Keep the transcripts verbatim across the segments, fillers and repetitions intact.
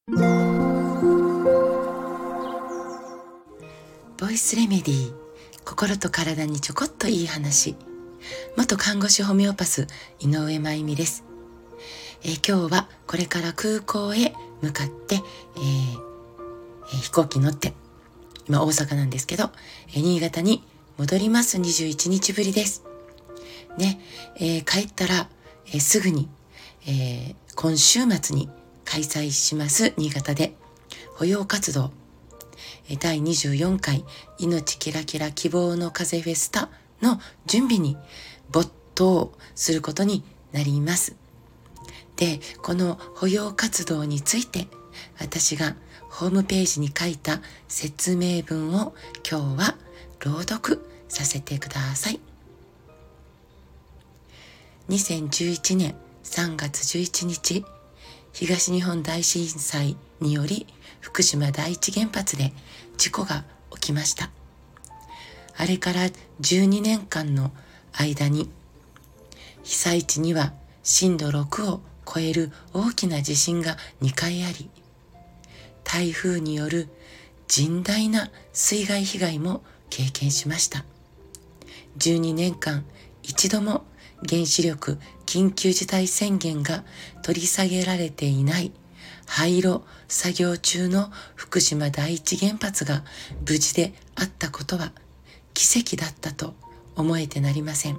ボイスレメディー、心と体にちょこっといい話。元看護師ホメオパス井上真由美です。えー、今日はこれから空港へ向かって、えーえー、飛行機乗って今大阪なんですけど、えー、新潟に戻ります。にじゅういちにちぶりですね。えー、帰ったら、えー、すぐに、えー、今週末に開催します新潟で保養活動だいにじゅうよんかい命キラキラ希望の風フェスタの準備に没頭することになります。で、この保養活動について私がホームページに書いた説明文を今日は朗読させてください。にせんじゅういちねんさんがつじゅういちにち、東日本大震災により福島第一原発で事故が起きました。あれからじゅうにねんかんの間に被災地には震度ろくを超える大きな地震がにかいあり、台風による甚大な水害被害も経験しました。じゅうにねんかん一度も原子力緊急事態宣言が取り下げられていない廃炉作業中の福島第一原発が無事であったことは奇跡だったと思えてなりません。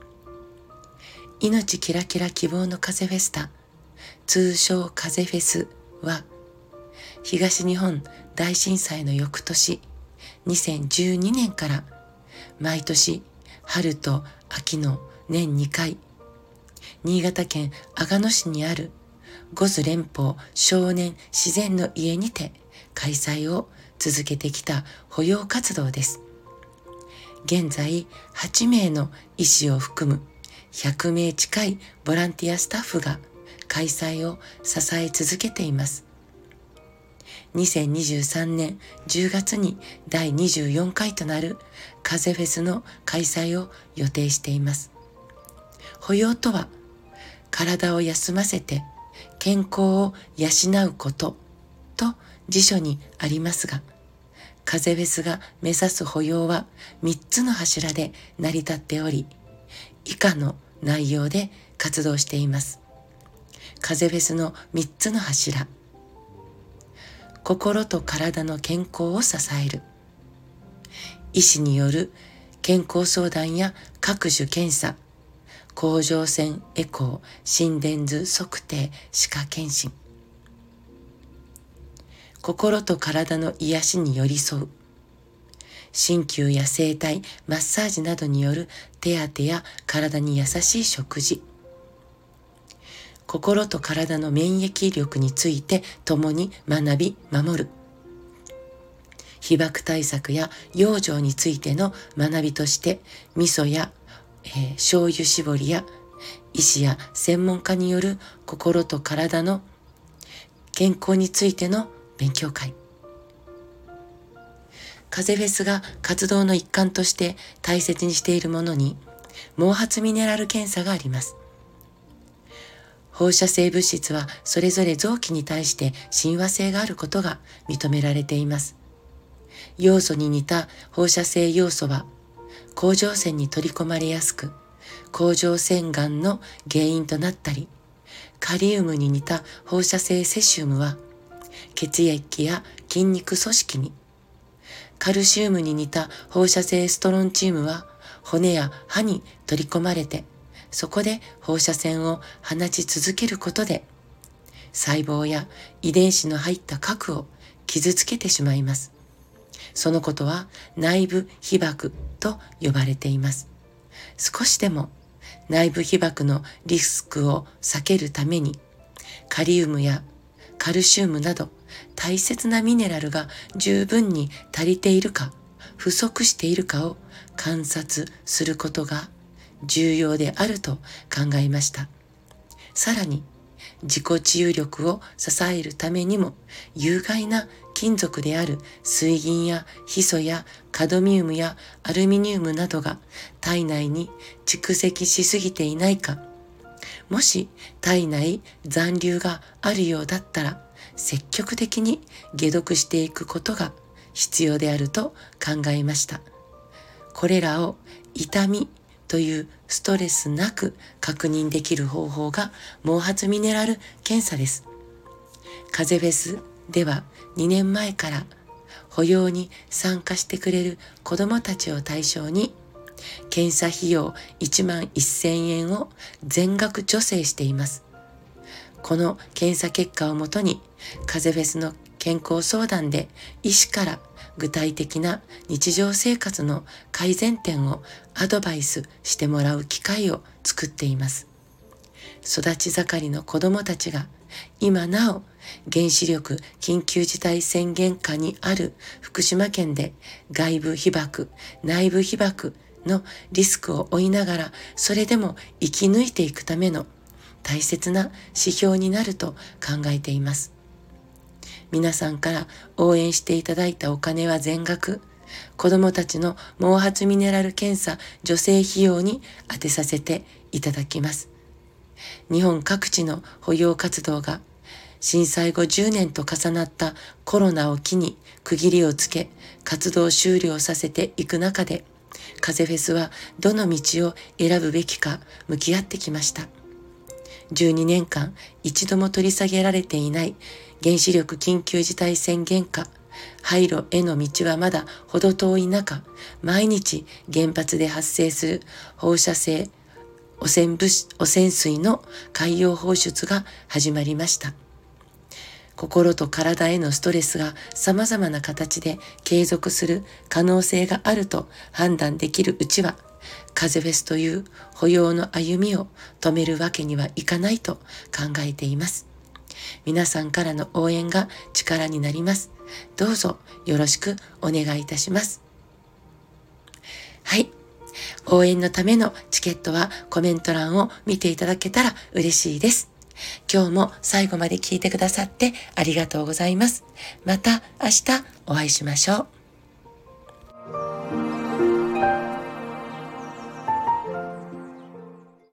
命キラキラ希望の風フェスタ、通称風フェスは東日本大震災の翌年にせんじゅうにねんから毎年春と秋の年にかい、新潟県阿賀野市にある五頭連邦少年自然の家にて開催を続けてきた保養活動です。現在はちめいの医師を含むひゃくめい近いボランティアスタッフが開催を支え続けています。にせんにじゅうさんねんじゅうがつにだいにじゅうよんかいとなる風フェスの開催を予定しています。保養とは、体を休ませて健康を養うことと辞書にありますが、風フェスが目指す保養はみっつの柱で成り立っており、以下の内容で活動しています。風フェスのみっつの柱。心と体の健康を支える。医師による健康相談や各種検査、甲状腺エコー、心電図測定、歯科検診。心と体の癒しに寄り添う。鍼灸や整体、マッサージなどによる手当や体に優しい食事。心と体の免疫力について共に学び、守る。被爆対策や養生についての学びとして、味噌やえー、醤油絞りや医師や専門家による心と体の健康についての勉強会。風フェスが活動の一環として大切にしているものに毛髪ミネラル検査があります。放射性物質はそれぞれ臓器に対して親和性があることが認められています。要素に似た放射性要素は甲状腺に取り込まれやすく、甲状腺がんの原因となったり、カリウムに似た放射性セシウムは血液や筋肉組織に、カルシウムに似た放射性ストロンチウムは骨や歯に取り込まれて、そこで放射線を放ち続けることで、細胞や遺伝子の入った核を傷つけてしまいます。そのことは内部被曝と呼ばれています。少しでも内部被曝のリスクを避けるために、カリウムやカルシウムなど大切なミネラルが十分に足りているか不足しているかを観察することが重要であると考えました。さらに自己治癒力を支えるためにも有害な金属である水銀やヒ素やカドミウムやアルミニウムなどが体内に蓄積しすぎていないか、もし体内残留があるようだったら積極的に解毒していくことが必要であると考えました。これらを痛みというストレスなく確認できる方法が毛髪ミネラル検査です。風フェスではにねんまえから保養に参加してくれる子どもたちを対象に検査費用いちまんせんえんを全額助成しています。この検査結果をもとに風フェスの健康相談で医師から具体的な日常生活の改善点をアドバイスしてもらう機会を作っています。育ち盛りの子どもたちが今なお原子力緊急事態宣言下にある福島県で外部被曝、内部被曝のリスクを負いながらそれでも生き抜いていくための大切な指標になると考えています。皆さんから応援していただいたお金は全額、子どもたちの毛髪ミネラル検査助成費用に充てさせていただきます。日本各地の保養活動が震災後じゅうねんと重なったコロナを機に区切りをつけ活動終了させていく中で、風フェスはどの道を選ぶべきか向き合ってきました。じゅうにねんかん一度も取り下げられていない原子力緊急事態宣言下、廃炉への道はまだ程遠い中、毎日原発で発生する放射性汚染物汚染水の海洋放出が始まりました。心と体へのストレスが様々な形で継続する可能性があると判断できるうちは、風フェスという保養の歩みを止めるわけにはいかないと考えています。皆さんからの応援が力になります。どうぞよろしくお願いいたします。はい。応援のためのチケットはコメント欄を見ていただけたら嬉しいです。今日も最後まで聞いてくださってありがとうございます。また明日お会いしましょう。